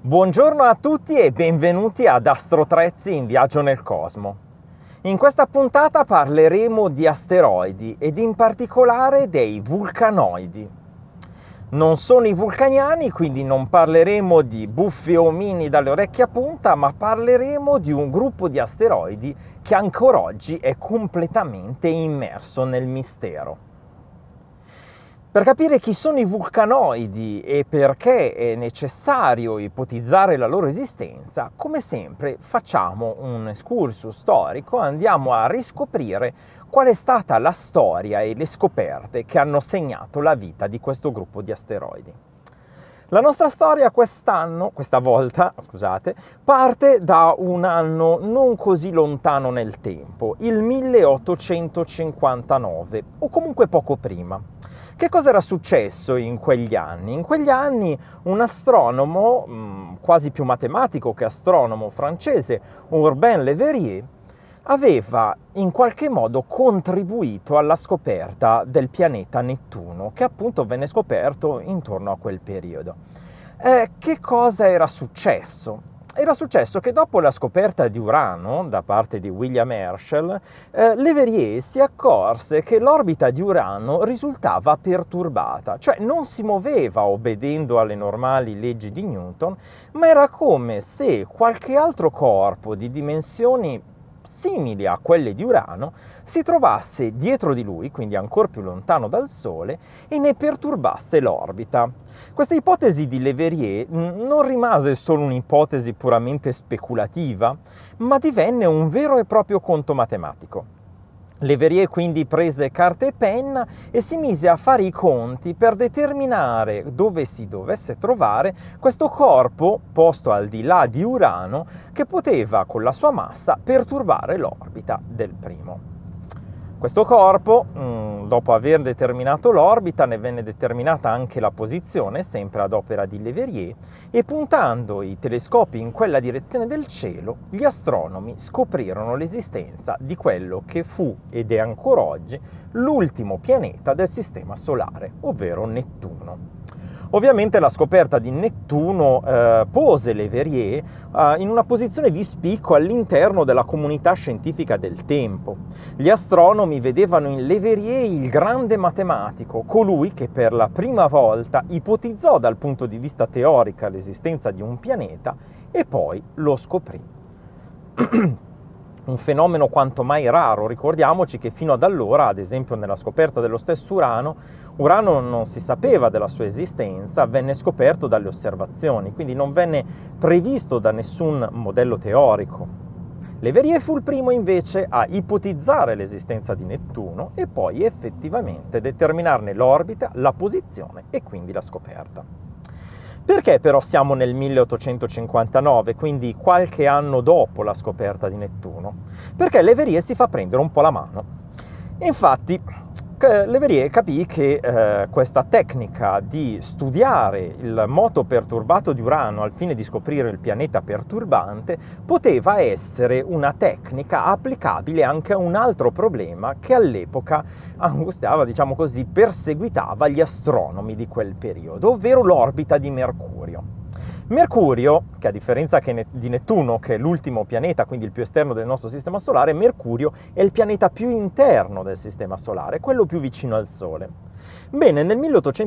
Buongiorno a tutti e benvenuti ad Astrotrezzi in viaggio nel cosmo. In questa puntata parleremo di asteroidi ed in particolare dei vulcanoidi. Non sono i vulcaniani, quindi non parleremo di buffi omini dalle orecchie a punta, ma parleremo di un gruppo di asteroidi che ancora oggi è completamente immerso nel mistero. Per capire chi sono i vulcanoidi e perché è necessario ipotizzare la loro esistenza, come sempre facciamo un excursus storico, andiamo a riscoprire qual è stata la storia e le scoperte che hanno segnato la vita di questo gruppo di asteroidi. La nostra storia questa volta, parte da un anno non così lontano nel tempo, il 1859, o comunque poco prima. Che cosa era successo in quegli anni? In quegli anni un astronomo, quasi più matematico che astronomo francese, Urbain Le Verrier, aveva in qualche modo contribuito alla scoperta del pianeta Nettuno, che appunto venne scoperto intorno a quel periodo. Che cosa era successo? Era successo che dopo la scoperta di Urano da parte di William Herschel, Le Verrier si accorse che l'orbita di Urano risultava perturbata, cioè non si muoveva obbedendo alle normali leggi di Newton, ma era come se qualche altro corpo di dimensioni simili a quelle di Urano si trovasse dietro di lui, quindi ancora più lontano dal Sole, e ne perturbasse l'orbita. Questa ipotesi di Le Verrier non rimase solo un'ipotesi puramente speculativa, ma divenne un vero e proprio conto matematico. Le Verrier quindi prese carta e penna e si mise a fare i conti per determinare dove si dovesse trovare questo corpo posto al di là di Urano che poteva con la sua massa perturbare l'orbita del primo. Questo corpo, dopo aver determinato l'orbita, ne venne determinata anche la posizione, sempre ad opera di Le Verrier, e puntando i telescopi in quella direzione del cielo, gli astronomi scoprirono l'esistenza di quello che fu, ed è ancora oggi, l'ultimo pianeta del Sistema Solare, ovvero Nettuno. Ovviamente la scoperta di Nettuno pose Le Verrier in una posizione di spicco all'interno della comunità scientifica del tempo. Gli astronomi vedevano in Le Verrier il grande matematico, colui che per la prima volta ipotizzò dal punto di vista teorico l'esistenza di un pianeta e poi lo scoprì. Un fenomeno quanto mai raro. Ricordiamoci che fino ad allora, ad esempio nella scoperta dello stesso Urano non si sapeva della sua esistenza, venne scoperto dalle osservazioni, quindi non venne previsto da nessun modello teorico. Le Verrier fu il primo invece a ipotizzare l'esistenza di Nettuno e poi effettivamente determinarne l'orbita, la posizione e quindi la scoperta. Perché però siamo nel 1859, quindi qualche anno dopo la scoperta di Nettuno? Perché Le Verrier si fa prendere un po' la mano. Infatti, Le Verrier capì che questa tecnica di studiare il moto perturbato di Urano al fine di scoprire il pianeta perturbante poteva essere una tecnica applicabile anche a un altro problema che all'epoca angustiava, diciamo così, perseguitava gli astronomi di quel periodo, ovvero l'orbita di Mercurio. Mercurio, che a differenza di Nettuno, che è l'ultimo pianeta, quindi il più esterno del nostro sistema solare, Mercurio è il pianeta più interno del sistema solare, quello più vicino al Sole. Bene, nel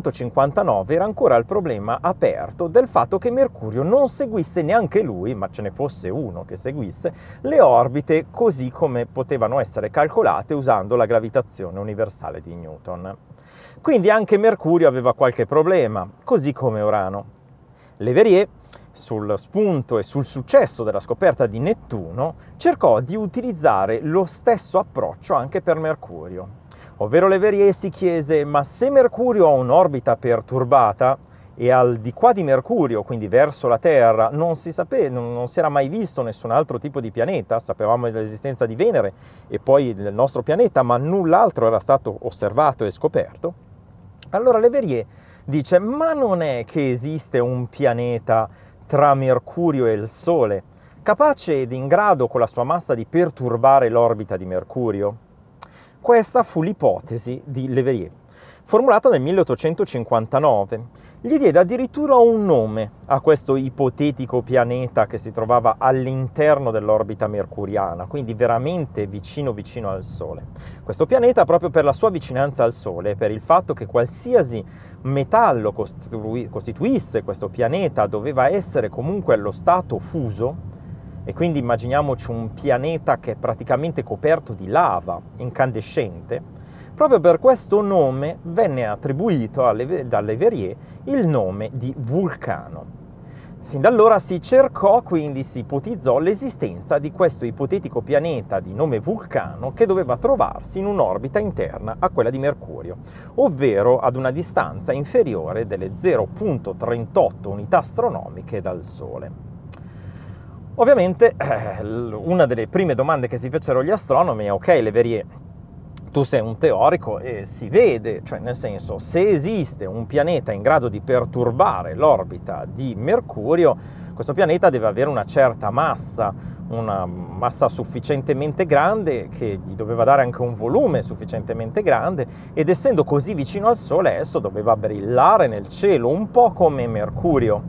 1859 era ancora il problema aperto del fatto che Mercurio non seguisse neanche lui, ma ce ne fosse uno che seguisse, le orbite così come potevano essere calcolate usando la gravitazione universale di Newton. Quindi anche Mercurio aveva qualche problema, così come Urano. Le Verrier, sul spunto e sul successo della scoperta di Nettuno, cercò di utilizzare lo stesso approccio anche per Mercurio. Ovvero Le Verrier si chiese: ma se Mercurio ha un'orbita perturbata e al di qua di Mercurio, quindi verso la Terra, non si era mai visto nessun altro tipo di pianeta, sapevamo dell'esistenza di Venere e poi del nostro pianeta, ma null'altro era stato osservato e scoperto, allora Le Verrier dice: ma non è che esiste un pianeta tra Mercurio e il Sole, capace ed in grado con la sua massa di perturbare l'orbita di Mercurio? Questa fu l'ipotesi di Le Verrier, formulata nel 1859, gli diede addirittura un nome a questo ipotetico pianeta che si trovava all'interno dell'orbita mercuriana, quindi veramente vicino vicino al Sole. Questo pianeta, proprio per la sua vicinanza al Sole, per il fatto che qualsiasi metallo costituisse questo pianeta doveva essere comunque allo stato fuso, e quindi immaginiamoci un pianeta che è praticamente coperto di lava incandescente. Proprio per questo nome venne attribuito da Leverrier il nome di Vulcano. Fin da allora si cercò, quindi si ipotizzò l'esistenza di questo ipotetico pianeta di nome Vulcano che doveva trovarsi in un'orbita interna a quella di Mercurio, ovvero ad una distanza inferiore delle 0,38 unità astronomiche dal Sole. Ovviamente una delle prime domande che si fecero gli astronomi è: ok, Leverrier, tu sei un teorico e si vede, cioè nel senso, se esiste un pianeta in grado di perturbare l'orbita di Mercurio, questo pianeta deve avere una certa massa, una massa sufficientemente grande che gli doveva dare anche un volume sufficientemente grande, ed essendo così vicino al Sole esso doveva brillare nel cielo, un po' come Mercurio.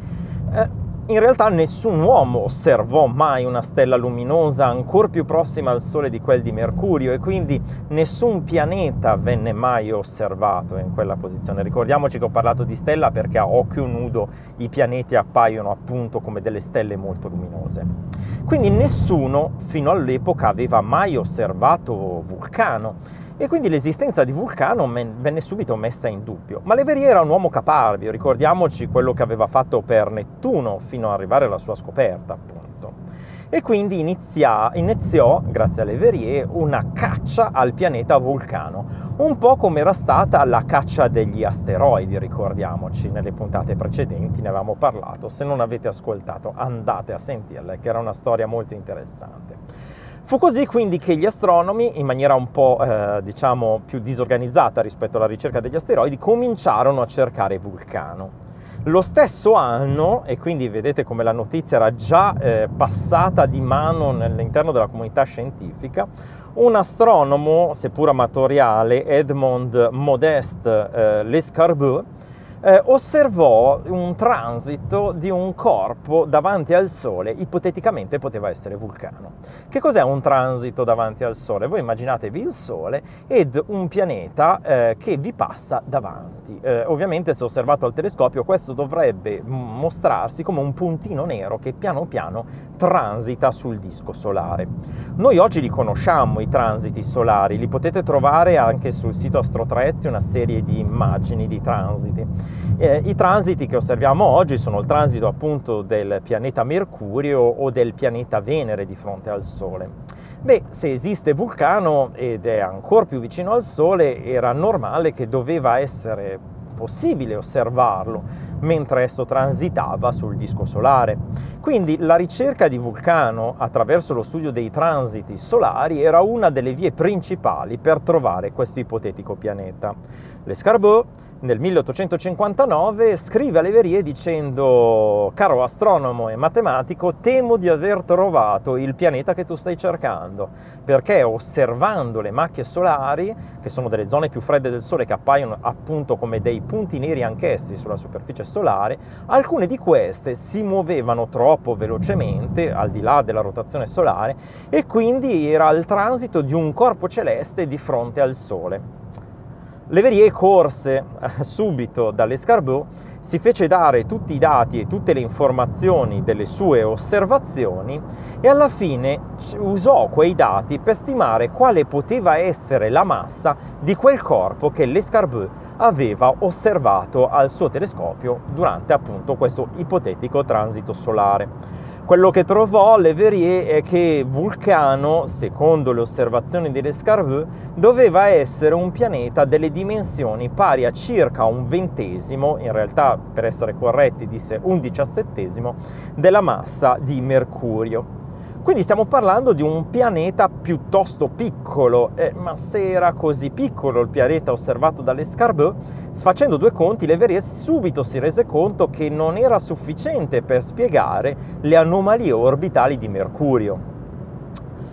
In realtà nessun uomo osservò mai una stella luminosa ancora più prossima al Sole di quel di Mercurio, e quindi nessun pianeta venne mai osservato in quella posizione. Ricordiamoci che ho parlato di stella perché a occhio nudo i pianeti appaiono appunto come delle stelle molto luminose. Quindi nessuno fino all'epoca aveva mai osservato Vulcano, e quindi l'esistenza di Vulcano venne subito messa in dubbio. Ma Leverrier era un uomo caparbio, ricordiamoci quello che aveva fatto per Nettuno fino ad arrivare alla sua scoperta, appunto. E quindi iniziò, grazie a Leverrier, una caccia al pianeta Vulcano, un po' come era stata la caccia degli asteroidi, ricordiamoci, nelle puntate precedenti ne avevamo parlato. Se non avete ascoltato, andate a sentirle, che era una storia molto interessante. Fu così quindi che gli astronomi, in maniera un po' diciamo più disorganizzata rispetto alla ricerca degli asteroidi, cominciarono a cercare Vulcano. Lo stesso anno, e quindi vedete come la notizia era già passata di mano all'interno della comunità scientifica, un astronomo, seppur amatoriale, Edmond Modeste Lescarbault, osservò un transito di un corpo davanti al Sole, ipoteticamente poteva essere Vulcano. Che cos'è un transito davanti al Sole? Voi immaginatevi il Sole ed un pianeta che vi passa davanti. Ovviamente se osservato al telescopio questo dovrebbe mostrarsi come un puntino nero che piano piano transita sul disco solare. Noi oggi li conosciamo i transiti solari, li potete trovare anche sul sito Astrotrezzi, una serie di immagini di transiti. I transiti che osserviamo oggi sono il transito appunto del pianeta Mercurio o del pianeta Venere di fronte al Sole. Beh, se esiste Vulcano ed è ancora più vicino al Sole, era normale che doveva essere possibile osservarlo mentre esso transitava sul disco solare. Quindi la ricerca di Vulcano attraverso lo studio dei transiti solari era una delle vie principali per trovare questo ipotetico pianeta. Lescarbault nel 1859 scrive a Leverrier dicendo: caro astronomo e matematico, temo di aver trovato il pianeta che tu stai cercando, perché osservando le macchie solari, che sono delle zone più fredde del Sole che appaiono appunto come dei punti neri anch'essi sulla superficie solare, alcune di queste si muovevano troppo velocemente al di là della rotazione solare e quindi era il transito di un corpo celeste di fronte al Sole. Leverrier corse subito da Lescarbault, si fece dare tutti i dati e tutte le informazioni delle sue osservazioni e alla fine usò quei dati per stimare quale poteva essere la massa di quel corpo che Lescarbault aveva osservato al suo telescopio durante appunto questo ipotetico transito solare. Quello che trovò Leverrier è che Vulcano, secondo le osservazioni di Lescarbault, doveva essere un pianeta delle dimensioni pari a circa un ventesimo, in realtà per essere corretti disse un diciassettesimo, della massa di Mercurio. Quindi stiamo parlando di un pianeta piuttosto piccolo, ma se era così piccolo il pianeta osservato da Lescarbault, facendo due conti, Leverrier subito si rese conto che non era sufficiente per spiegare le anomalie orbitali di Mercurio.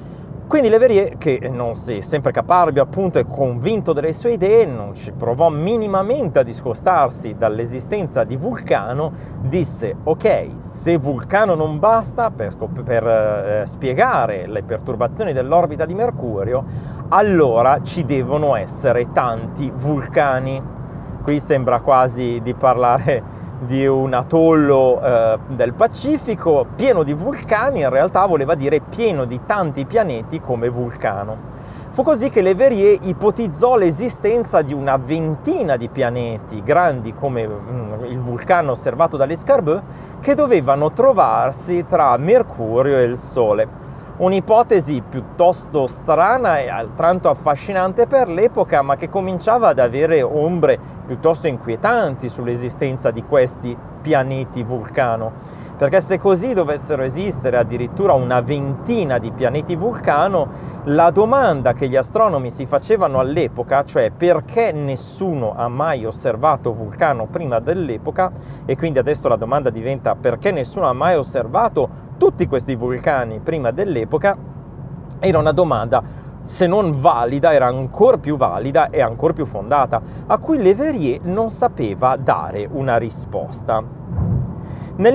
Quindi Leverrier, che non si sempre caparbio appunto e convinto delle sue idee, non ci provò minimamente a discostarsi dall'esistenza di Vulcano, disse: ok, se Vulcano non basta per spiegare le perturbazioni dell'orbita di Mercurio, allora ci devono essere tanti vulcani. Qui sembra quasi di parlare di un atollo del Pacifico pieno di vulcani, in realtà voleva dire pieno di tanti pianeti come Vulcano. Fu così che Leverrier ipotizzò l'esistenza di una ventina di pianeti grandi come il vulcano osservato dall'Escarbeux, che dovevano trovarsi tra Mercurio e il Sole. Un'ipotesi piuttosto strana e altrettanto affascinante per l'epoca, ma che cominciava ad avere ombre piuttosto inquietanti sull'esistenza di questi pianeti vulcano, perché se così dovessero esistere addirittura una ventina di pianeti vulcano, la domanda che gli astronomi si facevano all'epoca, cioè perché nessuno ha mai osservato Vulcano prima dell'epoca, e quindi adesso la domanda diventa perché nessuno ha mai osservato tutti questi vulcani prima dell'epoca, era una domanda, se non valida, era ancora più valida e ancora più fondata, a cui Leverrier non sapeva dare una risposta. Nel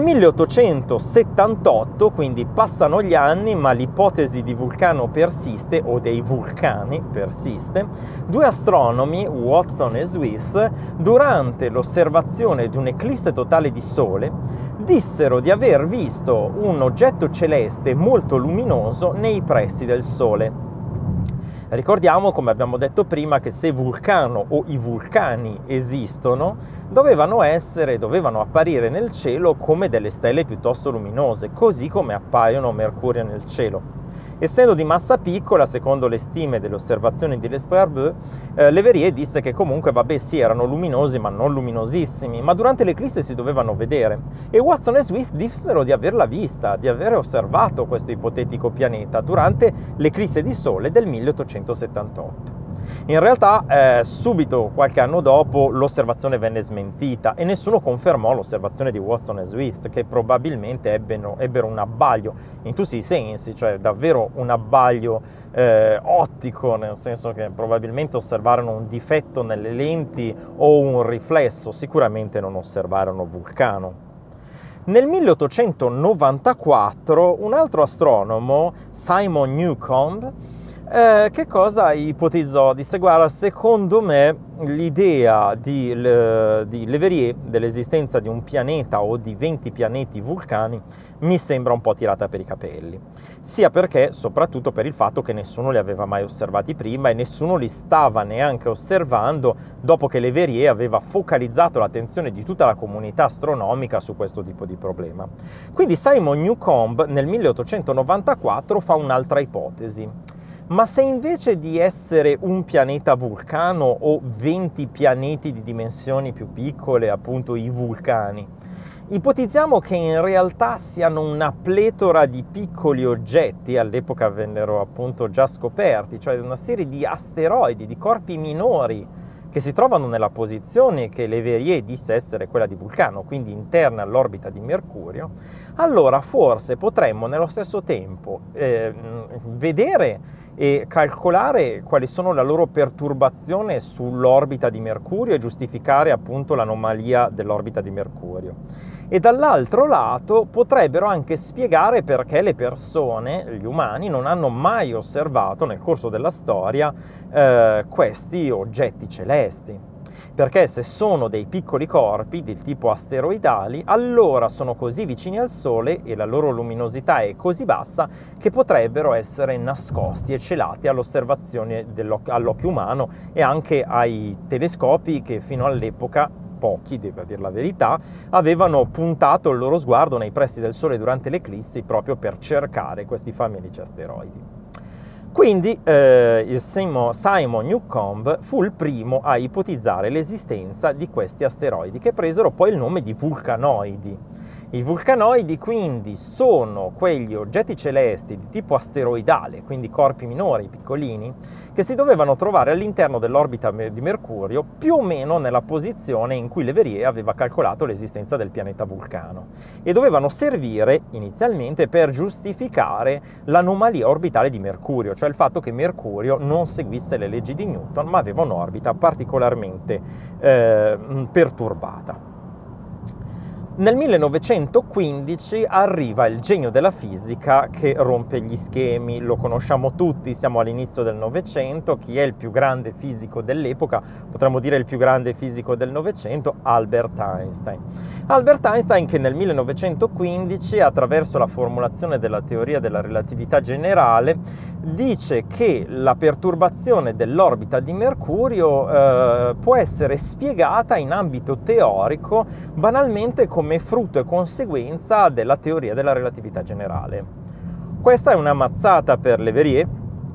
1878, quindi passano gli anni, ma l'ipotesi di Vulcano persiste, o dei vulcani persiste, due astronomi, Watson e Swift, durante l'osservazione di un'eclisse totale di Sole, dissero di aver visto un oggetto celeste molto luminoso nei pressi del Sole. Ricordiamo, come abbiamo detto prima, che se Vulcano o i vulcani esistono, dovevano apparire nel cielo come delle stelle piuttosto luminose, così come appaiono Mercurio nel cielo. Essendo di massa piccola, secondo le stime delle osservazioni di L'Escarbeux, Leverrier disse che comunque, vabbè, sì, erano luminosi, ma non luminosissimi, ma durante l'eclisse si dovevano vedere. E Watson e Swift dissero di averla vista, di aver osservato questo ipotetico pianeta durante l'eclisse di Sole del 1878. In realtà, subito, qualche anno dopo, l'osservazione venne smentita e nessuno confermò l'osservazione di Watson e Swift, che probabilmente ebbero un abbaglio in tutti i sensi, cioè davvero un abbaglio ottico, nel senso che probabilmente osservarono un difetto nelle lenti o un riflesso, sicuramente non osservarono Vulcano. Nel 1894 un altro astronomo, Simon Newcomb, che cosa ipotizzò? Disse: guarda, secondo me l'idea di Leverrier dell'esistenza di un pianeta o di 20 pianeti vulcani mi sembra un po' tirata per i capelli, sia perché, soprattutto per il fatto che nessuno li aveva mai osservati prima e nessuno li stava neanche osservando dopo che Leverrier aveva focalizzato l'attenzione di tutta la comunità astronomica su questo tipo di problema. Quindi Simon Newcomb nel 1894 fa un'altra ipotesi. Ma se invece di essere un pianeta vulcano o 20 pianeti di dimensioni più piccole, appunto i vulcani, ipotizziamo che in realtà siano una pletora di piccoli oggetti, all'epoca vennero appunto già scoperti, cioè una serie di asteroidi, di corpi minori che si trovano nella posizione che Leverrier disse essere quella di Vulcano, quindi interna all'orbita di Mercurio, allora forse potremmo nello stesso tempo vedere e calcolare quali sono la loro perturbazione sull'orbita di Mercurio e giustificare appunto l'anomalia dell'orbita di Mercurio. E dall'altro lato potrebbero anche spiegare perché le persone, gli umani, non hanno mai osservato nel corso della storia questi oggetti celesti. Perché se sono dei piccoli corpi del tipo asteroidali, allora sono così vicini al Sole e la loro luminosità è così bassa che potrebbero essere nascosti e celati all'osservazione all'occhio umano e anche ai telescopi che fino all'epoca, pochi, devo dire la verità, avevano puntato il loro sguardo nei pressi del Sole durante le eclissi proprio per cercare questi famelici asteroidi. Quindi Simon Newcomb fu il primo a ipotizzare l'esistenza di questi asteroidi, che presero poi il nome di vulcanoidi. I vulcanoidi quindi sono quegli oggetti celesti di tipo asteroidale, quindi corpi minori, piccolini, che si dovevano trovare all'interno dell'orbita di Mercurio, più o meno nella posizione in cui Leverrier aveva calcolato l'esistenza del pianeta Vulcano, e dovevano servire inizialmente per giustificare l'anomalia orbitale di Mercurio, cioè il fatto che Mercurio non seguisse le leggi di Newton, ma aveva un'orbita particolarmente perturbata. Nel 1915 arriva il genio della fisica che rompe gli schemi, lo conosciamo tutti, siamo all'inizio del Novecento. Chi è il più grande fisico dell'epoca? Potremmo dire il più grande fisico del Novecento, Albert Einstein. Albert Einstein che nel 1915, attraverso la formulazione della teoria della relatività generale, dice che la perturbazione dell'orbita di Mercurio può essere spiegata in ambito teorico banalmente come frutto e conseguenza della teoria della relatività generale. Questa è una mazzata per Leverrier,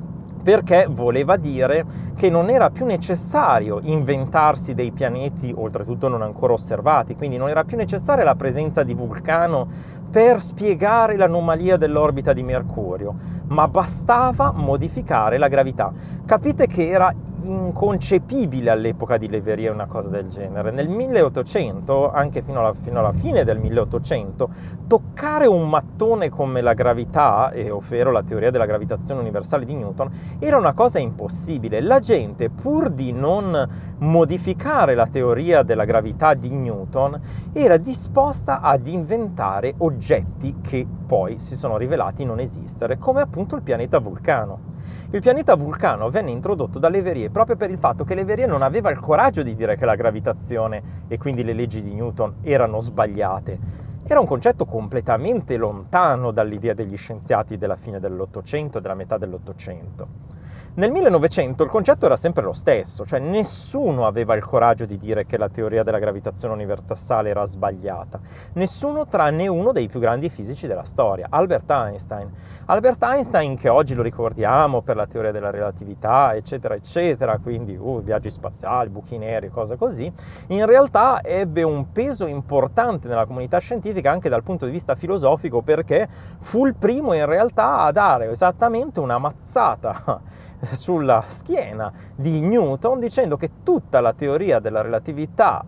perché voleva dire che non era più necessario inventarsi dei pianeti, oltretutto non ancora osservati, quindi non era più necessaria la presenza di Vulcano per spiegare l'anomalia dell'orbita di Mercurio, ma bastava modificare la gravità. Capite che era inconcepibile all'epoca di Leverrier una cosa del genere. Nel 1800, anche fino alla fine del 1800, toccare un mattone come la gravità, ovvero la teoria della gravitazione universale di Newton, era una cosa impossibile. La gente, pur di non modificare la teoria della gravità di Newton, era disposta ad inventare oggetti che poi si sono rivelati non esistere, come appunto il pianeta Vulcano. Il pianeta Vulcano venne introdotto da Leverrier proprio per il fatto che Leverrier non aveva il coraggio di dire che la gravitazione e quindi le leggi di Newton erano sbagliate. Era un concetto completamente lontano dall'idea degli scienziati della fine dell'Ottocento e della metà dell'Ottocento. Nel 1900 il concetto era sempre lo stesso, cioè nessuno aveva il coraggio di dire che la teoria della gravitazione universale era sbagliata. Nessuno tranne uno dei più grandi fisici della storia, Albert Einstein. Albert Einstein, che oggi lo ricordiamo per la teoria della relatività, eccetera, eccetera, quindi viaggi spaziali, buchi neri, cose così, in realtà ebbe un peso importante nella comunità scientifica anche dal punto di vista filosofico, perché fu il primo in realtà a dare esattamente una mazzata sulla schiena di Newton, dicendo che tutta la teoria della relatività,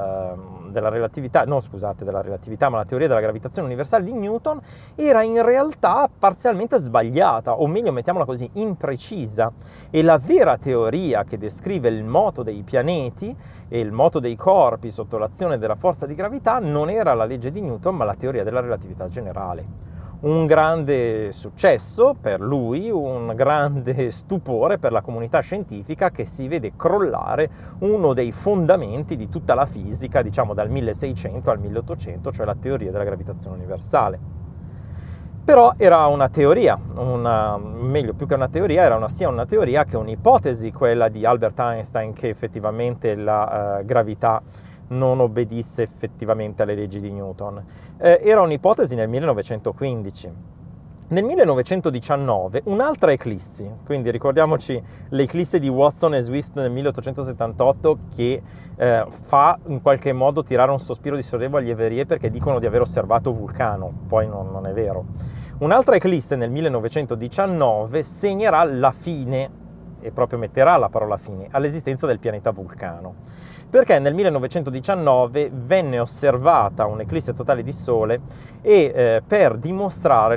ma la teoria della gravitazione universale di Newton era in realtà parzialmente sbagliata, o meglio, mettiamola così, imprecisa, e la vera teoria che descrive il moto dei pianeti e il moto dei corpi sotto l'azione della forza di gravità non era la legge di Newton, ma la teoria della relatività generale. Un grande successo per lui, un grande stupore per la comunità scientifica, che si vede crollare uno dei fondamenti di tutta la fisica, diciamo dal 1600 al 1800, cioè la teoria della gravitazione universale. Però era una teoria, meglio, più che una teoria, era sia una teoria che un'ipotesi, quella di Albert Einstein, che effettivamente la gravità non obbedisse effettivamente alle leggi di Newton. Era un'ipotesi nel 1915. Nel 1919 un'altra eclissi, quindi ricordiamoci l'eclisse di Watson e Swift nel 1878, che fa in qualche modo tirare un sospiro di sollievo agli Leverrier, perché dicono di aver osservato Vulcano, poi non è vero. Un'altra eclisse nel 1919 segnerà la fine, e proprio metterà la parola fine, all'esistenza del pianeta Vulcano, perché nel 1919 venne osservata un'eclisse totale di Sole e per dimostrare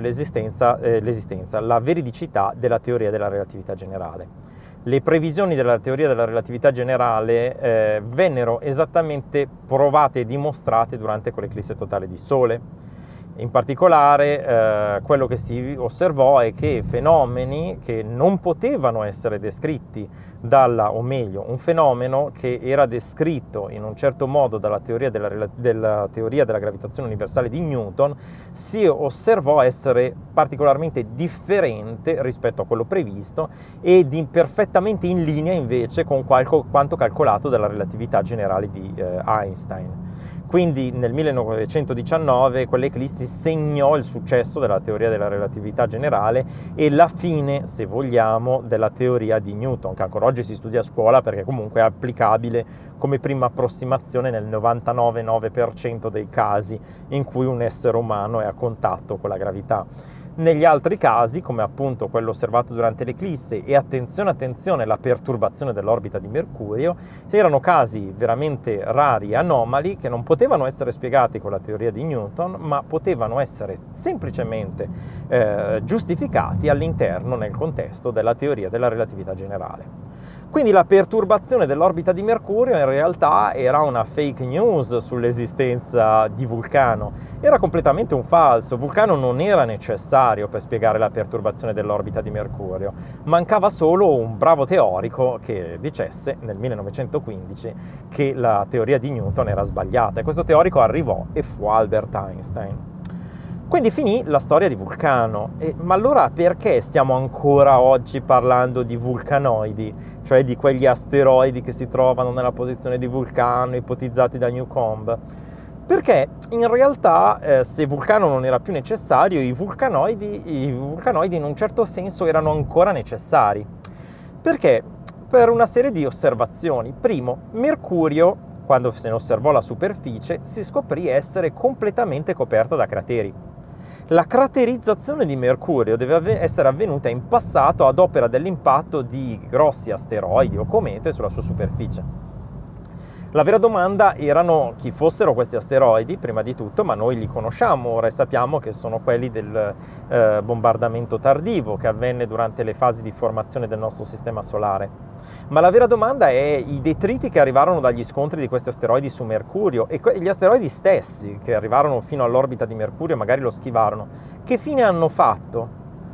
la veridicità della teoria della relatività generale. Le previsioni della teoria della relatività generale vennero esattamente provate e dimostrate durante quell'eclisse totale di Sole. In particolare quello che si osservò è che fenomeni che non potevano essere descritti o meglio, un fenomeno che era descritto in un certo modo dalla teoria della gravitazione universale di Newton, si osservò essere particolarmente differente rispetto a quello previsto e perfettamente in linea invece con quanto calcolato dalla relatività generale di Einstein. Quindi nel 1919 quell'eclissi segnò il successo della teoria della relatività generale e la fine, se vogliamo, della teoria di Newton, che ancora oggi si studia a scuola perché comunque è applicabile come prima approssimazione nel 99,9% dei casi in cui un essere umano è a contatto con la gravità. Negli altri casi, come appunto quello osservato durante l'eclisse e attenzione, la perturbazione dell'orbita di Mercurio, erano casi veramente rari e anomali che non potevano essere spiegati con la teoria di Newton, ma potevano essere semplicemente giustificati all'interno, nel contesto della teoria della relatività generale. Quindi la perturbazione dell'orbita di Mercurio in realtà era una fake news sull'esistenza di Vulcano, era completamente un falso. Vulcano non era necessario per spiegare la perturbazione dell'orbita di Mercurio, mancava solo un bravo teorico che dicesse nel 1915 che la teoria di Newton era sbagliata, e questo teorico arrivò e fu Albert Einstein. Quindi finì la storia di Vulcano. Ma allora perché stiamo ancora oggi parlando di vulcanoidi, cioè di quegli asteroidi che si trovano nella posizione di Vulcano, ipotizzati da Newcomb? Perché in realtà se Vulcano non era più necessario, i vulcanoidi in un certo senso erano ancora necessari. Perché? Per una serie di osservazioni. Primo, Mercurio, quando se ne osservò la superficie, si scoprì essere completamente coperta da crateri. La craterizzazione di Mercurio deve essere avvenuta in passato ad opera dell'impatto di grossi asteroidi o comete sulla sua superficie. La vera domanda erano chi fossero questi asteroidi, prima di tutto, ma noi li conosciamo ora e sappiamo che sono quelli del bombardamento tardivo che avvenne durante le fasi di formazione del nostro sistema solare. Ma la vera domanda è i detriti che arrivarono dagli scontri di questi asteroidi su Mercurio e gli asteroidi stessi che arrivarono fino all'orbita di Mercurio e magari lo schivarono, che fine hanno fatto?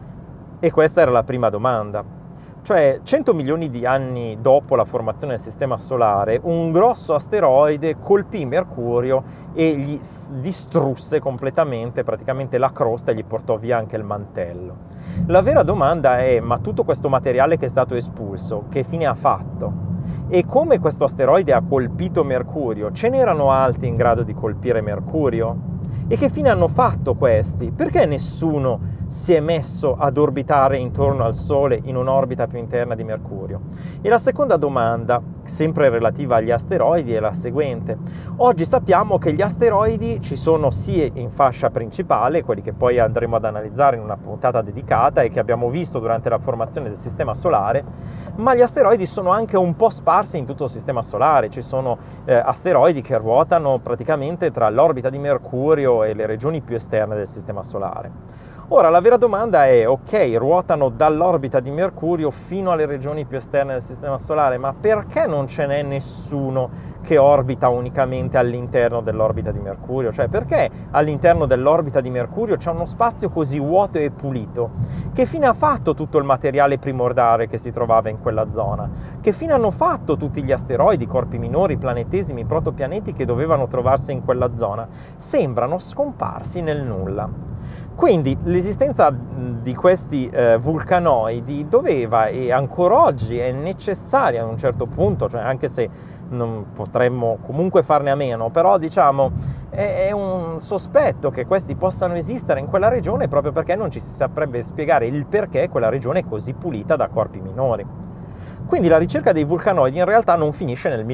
E questa era la prima domanda. Cioè, 100 milioni di anni dopo la formazione del Sistema Solare, un grosso asteroide colpì Mercurio e gli distrusse completamente praticamente la crosta e gli portò via anche il mantello. La vera domanda è, ma tutto questo materiale che è stato espulso, che fine ha fatto? E come questo asteroide ha colpito Mercurio, ce n'erano altri in grado di colpire Mercurio? E che fine hanno fatto questi? Perché nessuno si è messo ad orbitare intorno al Sole in un'orbita più interna di Mercurio? E la seconda domanda, sempre relativa agli asteroidi, è la seguente. Oggi sappiamo che gli asteroidi ci sono sia in fascia principale, quelli che poi andremo ad analizzare in una puntata dedicata e che abbiamo visto durante la formazione del Sistema Solare, ma gli asteroidi sono anche un po' sparsi in tutto il Sistema Solare. Ci sono asteroidi che ruotano praticamente tra l'orbita di Mercurio e le regioni più esterne del Sistema Solare. Ora, la vera domanda è, ok, ruotano dall'orbita di Mercurio fino alle regioni più esterne del Sistema Solare, ma perché non ce n'è nessuno che orbita unicamente all'interno dell'orbita di Mercurio? Cioè, perché all'interno dell'orbita di Mercurio c'è uno spazio così vuoto e pulito? Che fine ha fatto tutto il materiale primordiale che si trovava in quella zona? Che fine hanno fatto tutti gli asteroidi, corpi minori, planetesimi, protopianeti che dovevano trovarsi in quella zona? Sembrano scomparsi nel nulla. Quindi l'esistenza di questi vulcanoidi doveva, e ancora oggi è necessaria a un certo punto, cioè anche se non potremmo comunque farne a meno, però diciamo è un sospetto che questi possano esistere in quella regione proprio perché non ci si saprebbe spiegare il perché quella regione è così pulita da corpi minori. Quindi la ricerca dei vulcanoidi in realtà non finisce nel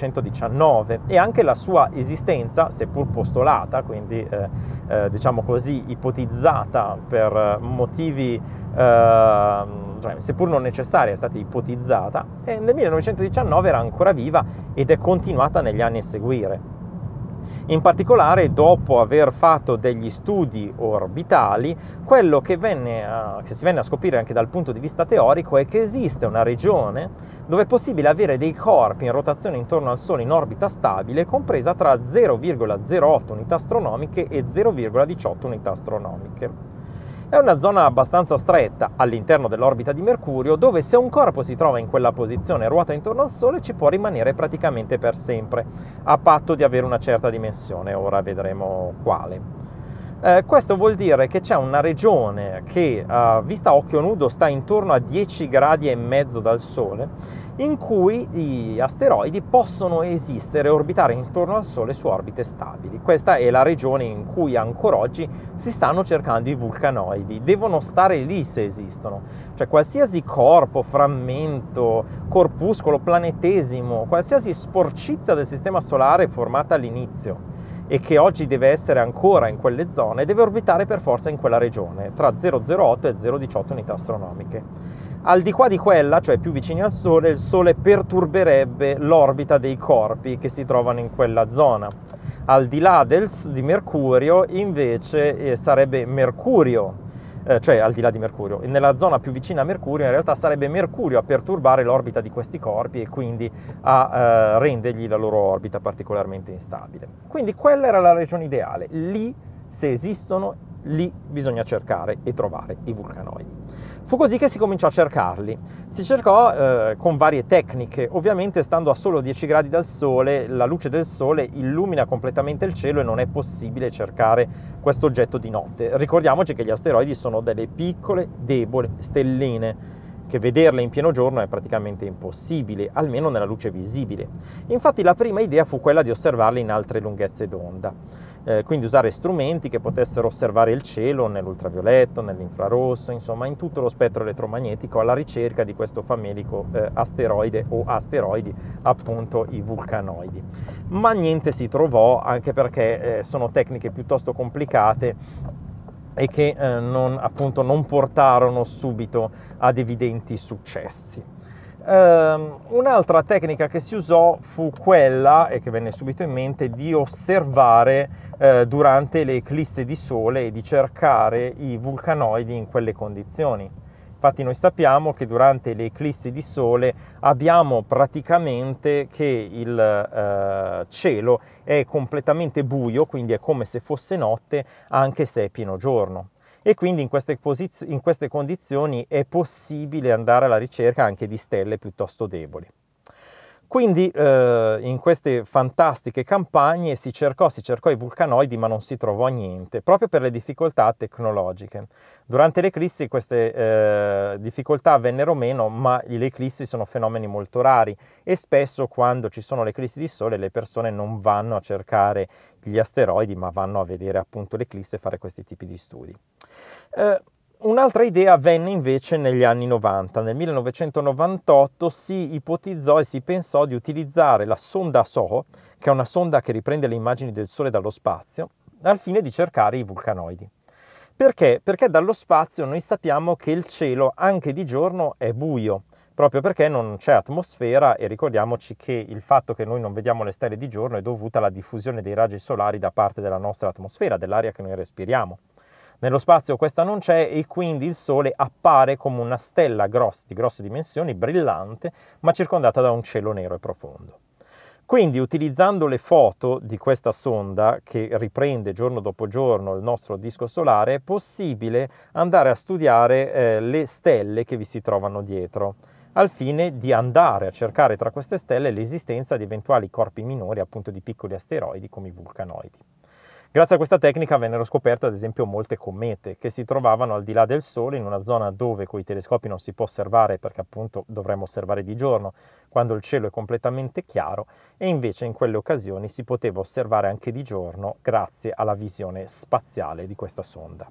1919 e anche la sua esistenza, seppur postolata, quindi diciamo così ipotizzata per motivi cioè, seppur non necessaria, è stata ipotizzata, e nel 1919 era ancora viva ed è continuata negli anni a seguire. In particolare, dopo aver fatto degli studi orbitali, quello che si venne a scoprire anche dal punto di vista teorico è che esiste una regione dove è possibile avere dei corpi in rotazione intorno al Sole in orbita stabile, compresa tra 0,08 unità astronomiche e 0,18 unità astronomiche. È una zona abbastanza stretta all'interno dell'orbita di Mercurio, dove se un corpo si trova in quella posizione e ruota intorno al Sole ci può rimanere praticamente per sempre, a patto di avere una certa dimensione, ora vedremo quale. Questo vuol dire che c'è una regione che, vista a occhio nudo, sta intorno a 10 gradi e mezzo dal Sole, in cui gli asteroidi possono esistere e orbitare intorno al Sole su orbite stabili. Questa è la regione in cui ancora oggi si stanno cercando i vulcanoidi. Devono stare lì se esistono. Cioè qualsiasi corpo, frammento, corpuscolo, planetesimo, qualsiasi sporcizia del Sistema Solare formata all'inizio e che oggi deve essere ancora in quelle zone, deve orbitare per forza in quella regione, tra 0,08 e 0,18 unità astronomiche. Al di qua di quella, cioè più vicini al Sole, il Sole perturberebbe l'orbita dei corpi che si trovano in quella zona. Al di là di Mercurio, invece, sarebbe Mercurio, cioè al di là di Mercurio, nella zona più vicina a Mercurio in realtà sarebbe Mercurio a perturbare l'orbita di questi corpi e quindi a rendergli la loro orbita particolarmente instabile. Quindi quella era la regione ideale. Lì, se esistono, lì bisogna cercare e trovare i vulcanoidi. Fu così che si cominciò a cercarli. Si cercò con varie tecniche. Ovviamente, stando a solo 10 gradi dal Sole, la luce del Sole illumina completamente il cielo e non è possibile cercare questo oggetto di notte. Ricordiamoci che gli asteroidi sono delle piccole, deboli stelline, che vederle in pieno giorno è praticamente impossibile, almeno nella luce visibile. Infatti la prima idea fu quella di osservarli in altre lunghezze d'onda. Quindi usare strumenti che potessero osservare il cielo nell'ultravioletto, nell'infrarosso, insomma in tutto lo spettro elettromagnetico alla ricerca di questo famelico asteroide o asteroidi, appunto i vulcanoidi. Ma niente si trovò, anche perché sono tecniche piuttosto complicate e che appunto non portarono subito ad evidenti successi. Un'altra tecnica che si usò fu quella, e che venne subito in mente, di osservare durante le eclissi di Sole e di cercare i vulcanoidi in quelle condizioni. Infatti noi sappiamo che durante le eclissi di Sole abbiamo praticamente che il cielo è completamente buio, quindi è come se fosse notte anche se è pieno giorno. E quindi in queste condizioni è possibile andare alla ricerca anche di stelle piuttosto deboli. Quindi in queste fantastiche campagne si cercò i vulcanoidi, ma non si trovò niente, proprio per le difficoltà tecnologiche. Durante le eclissi queste difficoltà vennero meno, ma le eclissi sono fenomeni molto rari e spesso quando ci sono le eclissi di Sole le persone non vanno a cercare gli asteroidi, ma vanno a vedere appunto l'eclisse e fare questi tipi di studi. Un'altra idea venne invece negli anni 90. Nel 1998 si ipotizzò e si pensò di utilizzare la sonda SOHO, che è una sonda che riprende le immagini del Sole dallo spazio, al fine di cercare i vulcanoidi. Perché? Perché dallo spazio noi sappiamo che il cielo anche di giorno è buio, proprio perché non c'è atmosfera, e ricordiamoci che il fatto che noi non vediamo le stelle di giorno è dovuta alla diffusione dei raggi solari da parte della nostra atmosfera, dell'aria che noi respiriamo. Nello spazio questa non c'è e quindi il Sole appare come una stella di grosse dimensioni, brillante, ma circondata da un cielo nero e profondo. Quindi, utilizzando le foto di questa sonda che riprende giorno dopo giorno il nostro disco solare, è possibile andare a studiare le stelle che vi si trovano dietro, al fine di andare a cercare tra queste stelle l'esistenza di eventuali corpi minori, appunto di piccoli asteroidi come i vulcanoidi. Grazie a questa tecnica vennero scoperte ad esempio molte comete che si trovavano al di là del Sole, in una zona dove con i telescopi non si può osservare, perché appunto dovremmo osservare di giorno quando il cielo è completamente chiaro, e invece in quelle occasioni si poteva osservare anche di giorno grazie alla visione spaziale di questa sonda.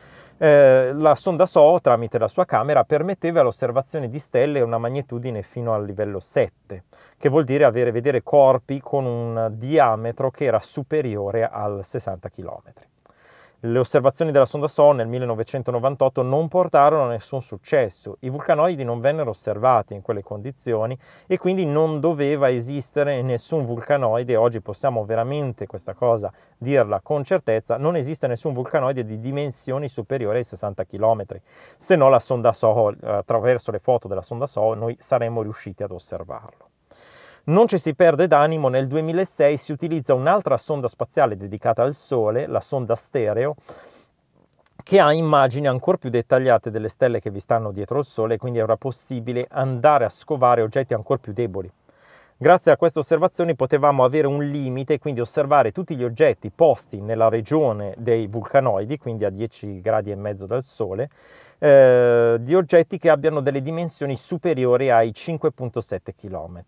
La sonda SOHO, tramite la sua camera, permetteva l'osservazione di stelle a una magnitudine fino al livello 7, che vuol dire vedere corpi con un diametro che era superiore al 60 km. Le osservazioni della sonda SOHO nel 1998 non portarono a nessun successo. I vulcanoidi non vennero osservati in quelle condizioni e quindi non doveva esistere nessun vulcanoide. Oggi possiamo veramente questa cosa dirla con certezza: non esiste nessun vulcanoide di dimensioni superiori ai 60 km. Se no la sonda SOHO, attraverso le foto della sonda SOHO, noi saremmo riusciti ad osservarlo. Non ci si perde d'animo, nel 2006 si utilizza un'altra sonda spaziale dedicata al Sole, la sonda Stereo, che ha immagini ancora più dettagliate delle stelle che vi stanno dietro il Sole, quindi era possibile andare a scovare oggetti ancora più deboli. Grazie a queste osservazioni potevamo avere un limite, quindi osservare tutti gli oggetti posti nella regione dei vulcanoidi, quindi a 10 gradi e mezzo dal Sole, di oggetti che abbiano delle dimensioni superiori ai 5,7 km.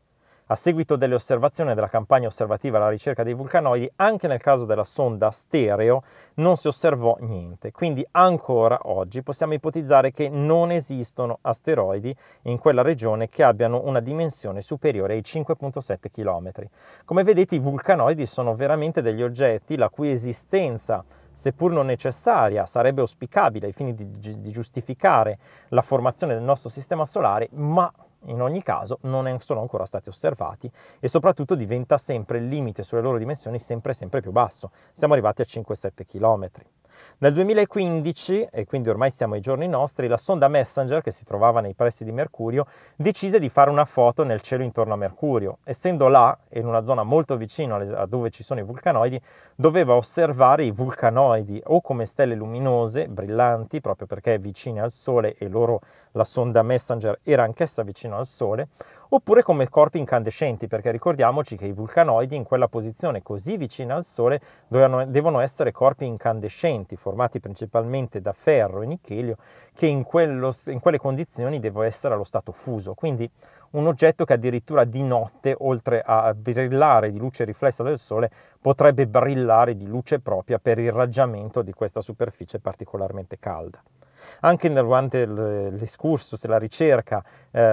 A seguito delle osservazioni della campagna osservativa alla ricerca dei vulcanoidi, anche nel caso della sonda stereo non si osservò niente, quindi ancora oggi possiamo ipotizzare che non esistono asteroidi in quella regione che abbiano una dimensione superiore ai 5,7 km. Come vedete, i vulcanoidi sono veramente degli oggetti la cui esistenza, seppur non necessaria, sarebbe auspicabile ai fini di giustificare la formazione del nostro sistema solare, ma in ogni caso non sono ancora stati osservati e soprattutto diventa sempre il limite sulle loro dimensioni sempre più basso. Siamo arrivati a 5-7 km. Nel 2015, e quindi ormai siamo ai giorni nostri, la sonda Messenger, che si trovava nei pressi di Mercurio, decise di fare una foto nel cielo intorno a Mercurio. Essendo là, in una zona molto vicina a dove ci sono i vulcanoidi, doveva osservare i vulcanoidi o come stelle luminose, brillanti, proprio perché vicine al Sole e la sonda Messenger era anch'essa vicino al Sole, oppure come corpi incandescenti, perché ricordiamoci che i vulcanoidi in quella posizione così vicina al Sole devono essere corpi incandescenti, formati principalmente da ferro e nichelio, che in quelle condizioni deve essere allo stato fuso. Quindi un oggetto che addirittura di notte, oltre a brillare di luce riflessa del Sole, potrebbe brillare di luce propria per il irraggiamento di questa superficie particolarmente calda. Anche durante l'escursus e la ricerca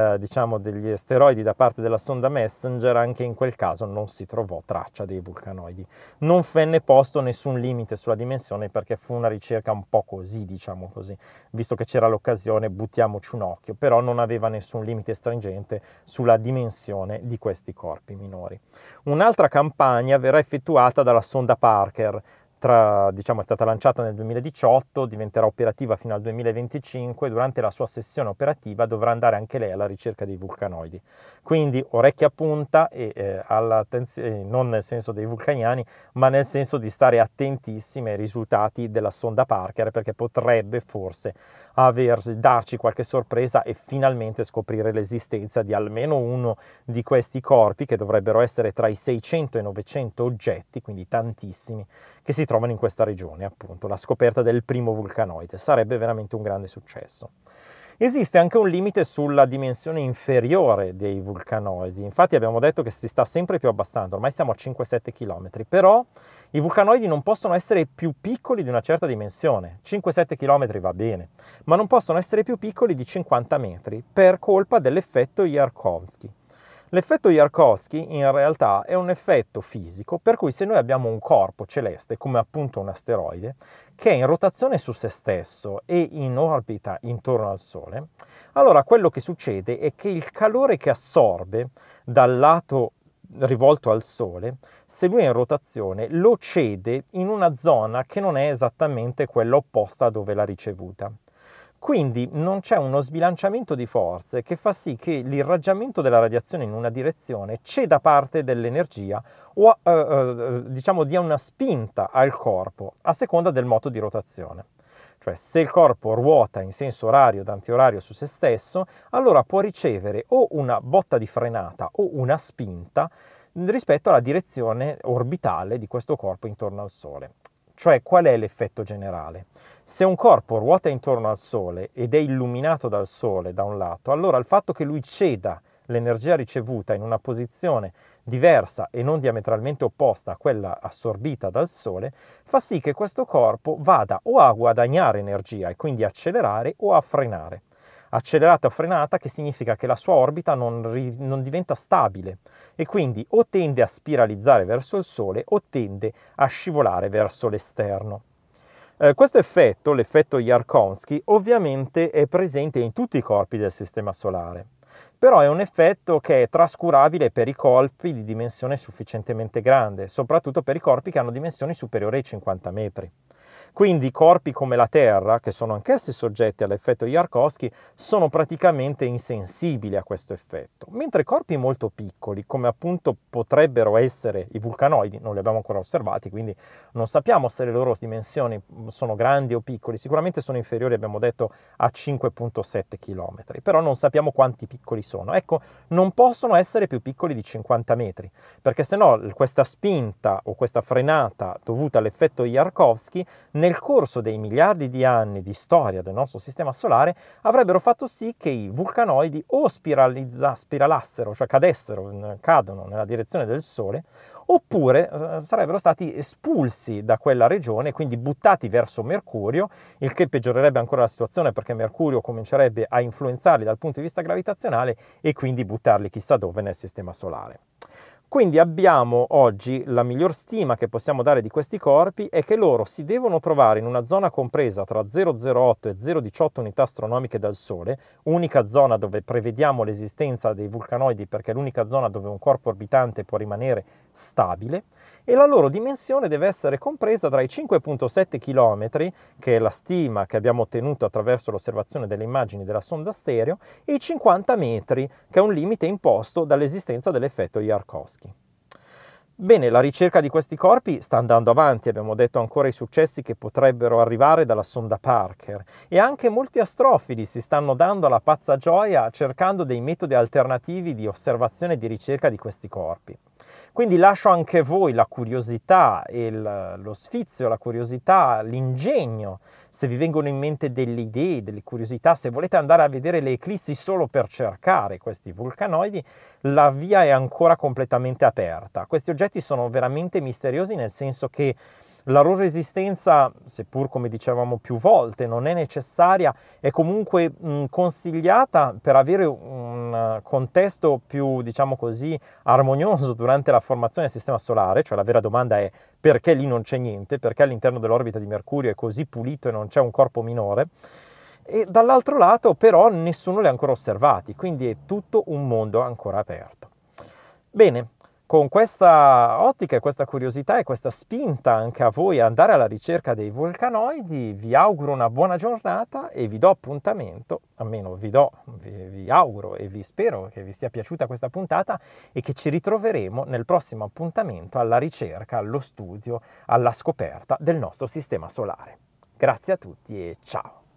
degli asteroidi da parte della sonda Messenger, anche in quel caso non si trovò traccia dei vulcanoidi. Non venne posto nessun limite sulla dimensione perché fu una ricerca un po' così, diciamo così, visto che c'era l'occasione, buttiamoci un occhio, però non aveva nessun limite stringente sulla dimensione di questi corpi minori. Un'altra campagna verrà effettuata dalla sonda Parker. È stata lanciata nel 2018, diventerà operativa fino al 2025. Durante la sua sessione operativa dovrà andare anche lei alla ricerca dei vulcanoidi. Quindi orecchie a punta e non nel senso dei vulcaniani, ma nel senso di stare attentissimi ai risultati della sonda Parker, perché potrebbe forse darci qualche sorpresa e finalmente scoprire l'esistenza di almeno uno di questi corpi, che dovrebbero essere tra i 600 e i 900 oggetti, quindi tantissimi, che si trovano in questa regione, appunto. La scoperta del primo vulcanoide sarebbe veramente un grande successo. Esiste anche un limite sulla dimensione inferiore dei vulcanoidi, infatti abbiamo detto che si sta sempre più abbassando, ormai siamo a 5-7 km, però i vulcanoidi non possono essere più piccoli di una certa dimensione, 5-7 km va bene, ma non possono essere più piccoli di 50 metri per colpa dell'effetto Yarkovsky. L'effetto Yarkovsky in realtà è un effetto fisico per cui se noi abbiamo un corpo celeste, come appunto un asteroide, che è in rotazione su se stesso e in orbita intorno al Sole, allora quello che succede è che il calore che assorbe dal lato rivolto al Sole, se lui è in rotazione, lo cede in una zona che non è esattamente quella opposta a dove l'ha ricevuta. Quindi non c'è uno sbilanciamento di forze che fa sì che l'irraggiamento della radiazione in una direzione ceda parte dell'energia o dia una spinta al corpo a seconda del moto di rotazione. Cioè, se il corpo ruota in senso orario ed antiorario su se stesso, allora può ricevere o una botta di frenata o una spinta rispetto alla direzione orbitale di questo corpo intorno al Sole. Cioè, qual è l'effetto generale? Se un corpo ruota intorno al Sole ed è illuminato dal Sole da un lato, allora il fatto che lui ceda l'energia ricevuta in una posizione diversa e non diametralmente opposta a quella assorbita dal Sole, fa sì che questo corpo vada o a guadagnare energia e quindi accelerare o a frenare. Accelerata o frenata, che significa che la sua orbita non diventa stabile e quindi o tende a spiralizzare verso il Sole o tende a scivolare verso l'esterno. Questo effetto, l'effetto Yarkovsky, ovviamente è presente in tutti i corpi del Sistema Solare, però è un effetto che è trascurabile per i corpi di dimensione sufficientemente grande, soprattutto per i corpi che hanno dimensioni superiori ai 50 metri. Quindi corpi come la Terra, che sono anch'essi soggetti all'effetto Yarkovsky, sono praticamente insensibili a questo effetto, mentre corpi molto piccoli, come appunto potrebbero essere i vulcanoidi, non li abbiamo ancora osservati, quindi non sappiamo se le loro dimensioni sono grandi o piccoli, sicuramente sono inferiori, abbiamo detto, a 5,7 km, però non sappiamo quanti piccoli sono. Ecco, non possono essere più piccoli di 50 metri, perché se no questa spinta o questa frenata dovuta all'effetto Yarkovsky nel corso dei miliardi di anni di storia del nostro sistema solare avrebbero fatto sì che i vulcanoidi o spiralassero, cioè cadono nella direzione del Sole, oppure sarebbero stati espulsi da quella regione, quindi buttati verso Mercurio, il che peggiorerebbe ancora la situazione perché Mercurio comincerebbe a influenzarli dal punto di vista gravitazionale e quindi buttarli chissà dove nel sistema solare. Quindi abbiamo oggi la miglior stima che possiamo dare di questi corpi è che loro si devono trovare in una zona compresa tra 0,08 e 0,18 unità astronomiche dal Sole, unica zona dove prevediamo l'esistenza dei vulcanoidi perché è l'unica zona dove un corpo orbitante può rimanere stabile, e la loro dimensione deve essere compresa tra i 5,7 km, che è la stima che abbiamo ottenuto attraverso l'osservazione delle immagini della sonda stereo, e i 50 metri, che è un limite imposto dall'esistenza dell'effetto Yarkovsky. Bene, la ricerca di questi corpi sta andando avanti, abbiamo detto ancora i successi che potrebbero arrivare dalla sonda Parker, e anche molti astrofili si stanno dando alla pazza gioia cercando dei metodi alternativi di osservazione e di ricerca di questi corpi. Quindi lascio anche voi la curiosità e lo sfizio, la curiosità, l'ingegno, se vi vengono in mente delle idee, delle curiosità, se volete andare a vedere le eclissi solo per cercare questi vulcanoidi, la via è ancora completamente aperta. Questi oggetti sono veramente misteriosi nel senso che la loro esistenza, seppur come dicevamo più volte, non è necessaria, è comunque consigliata per avere un contesto più, diciamo così, armonioso durante la formazione del sistema solare, cioè la vera domanda è perché lì non c'è niente, perché all'interno dell'orbita di Mercurio è così pulito e non c'è un corpo minore. E dall'altro lato però nessuno li ha ancora osservati, quindi è tutto un mondo ancora aperto. Bene, con questa ottica e questa curiosità e questa spinta anche a voi ad andare alla ricerca dei vulcanoidi, vi auguro una buona giornata e vi do appuntamento, almeno vi auguro e vi spero che vi sia piaciuta questa puntata e che ci ritroveremo nel prossimo appuntamento alla ricerca, allo studio, alla scoperta del nostro sistema solare. Grazie a tutti e ciao!